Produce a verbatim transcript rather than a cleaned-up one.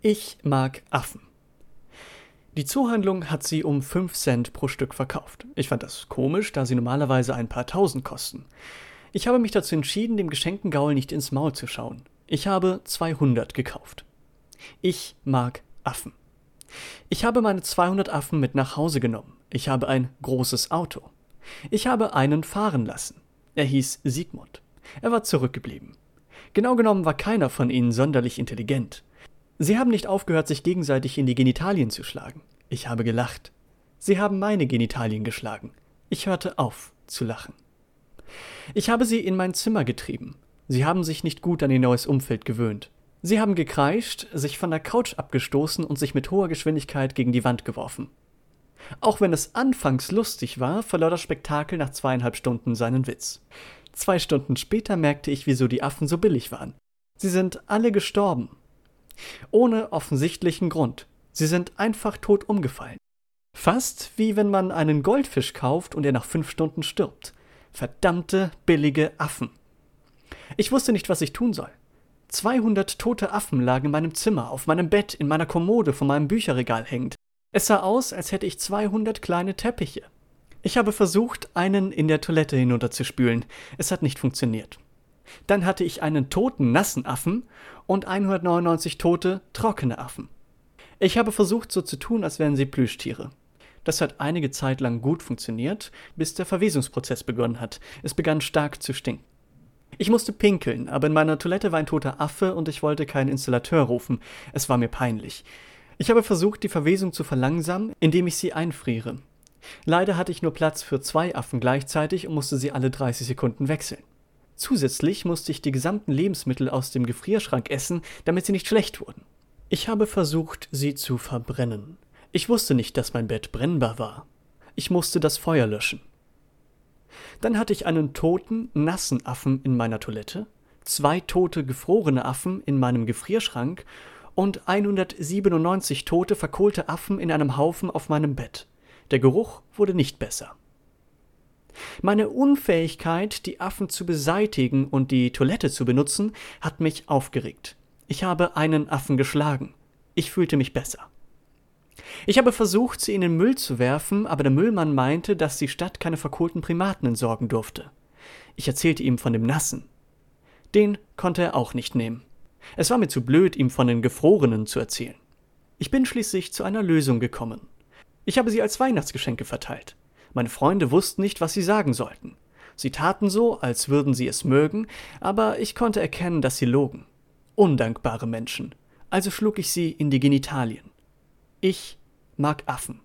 Ich mag Affen. Die Zoohandlung hat sie um fünf Cent pro Stück verkauft. Ich fand das komisch, da sie normalerweise ein paar Tausend kosten. Ich habe mich dazu entschieden, dem geschenkten Gaul nicht ins Maul zu schauen. Ich habe zweihundert gekauft. Ich mag Affen. Ich habe meine zweihundert Affen mit nach Hause genommen. Ich habe ein großes Auto. Ich habe einen fahren lassen. Er hieß Sigmund. Er war zurückgeblieben. Genau genommen war keiner von ihnen sonderlich intelligent. Sie haben nicht aufgehört, sich gegenseitig in die Genitalien zu schlagen. Ich habe gelacht. Sie haben meine Genitalien geschlagen. Ich hörte auf zu lachen. Ich habe sie in mein Zimmer getrieben. Sie haben sich nicht gut an ihr neues Umfeld gewöhnt. Sie haben gekreischt, sich von der Couch abgestoßen und sich mit hoher Geschwindigkeit gegen die Wand geworfen. Auch wenn es anfangs lustig war, verlor das Spektakel nach zweieinhalb Stunden seinen Witz. Zwei Stunden später merkte ich, wieso die Affen so billig waren. Sie sind alle gestorben. Ohne offensichtlichen Grund. Sie sind einfach tot umgefallen. Fast wie wenn man einen Goldfisch kauft und er nach fünf Stunden stirbt. Verdammte, billige Affen. Ich wusste nicht, was ich tun soll. zweihundert tote Affen lagen in meinem Zimmer, auf meinem Bett, in meiner Kommode, von meinem Bücherregal hängend. Es sah aus, als hätte ich zweihundert kleine Teppiche. Ich habe versucht, einen in der Toilette hinunterzuspülen. Es hat nicht funktioniert. Dann hatte ich einen toten, nassen Affen und hundertneunundneunzig tote, trockene Affen. Ich habe versucht, so zu tun, als wären sie Plüschtiere. Das hat einige Zeit lang gut funktioniert, bis der Verwesungsprozess begonnen hat. Es begann stark zu stinken. Ich musste pinkeln, aber in meiner Toilette war ein toter Affe und ich wollte keinen Installateur rufen. Es war mir peinlich. Ich habe versucht, die Verwesung zu verlangsamen, indem ich sie einfriere. Leider hatte ich nur Platz für zwei Affen gleichzeitig und musste sie alle dreißig Sekunden wechseln. Zusätzlich musste ich die gesamten Lebensmittel aus dem Gefrierschrank essen, damit sie nicht schlecht wurden. Ich habe versucht, sie zu verbrennen. Ich wusste nicht, dass mein Bett brennbar war. Ich musste das Feuer löschen. Dann hatte ich einen toten, nassen Affen in meiner Toilette, zwei tote, gefrorene Affen in meinem Gefrierschrank und hundertsiebenundneunzig tote, verkohlte Affen in einem Haufen auf meinem Bett. Der Geruch wurde nicht besser. Meine Unfähigkeit, die Affen zu beseitigen und die Toilette zu benutzen, hat mich aufgeregt. Ich habe einen Affen geschlagen. Ich fühlte mich besser. Ich habe versucht, sie in den Müll zu werfen, aber der Müllmann meinte, dass die Stadt keine verkohlten Primaten entsorgen durfte. Ich erzählte ihm von dem Nassen. Den konnte er auch nicht nehmen. Es war mir zu blöd, ihm von den Gefrorenen zu erzählen. Ich bin schließlich zu einer Lösung gekommen. Ich habe sie als Weihnachtsgeschenke verteilt. Meine Freunde wussten nicht, was sie sagen sollten. Sie taten so, als würden sie es mögen, aber ich konnte erkennen, dass sie logen. Undankbare Menschen. Also schlug ich sie in die Genitalien. Ich mag Affen.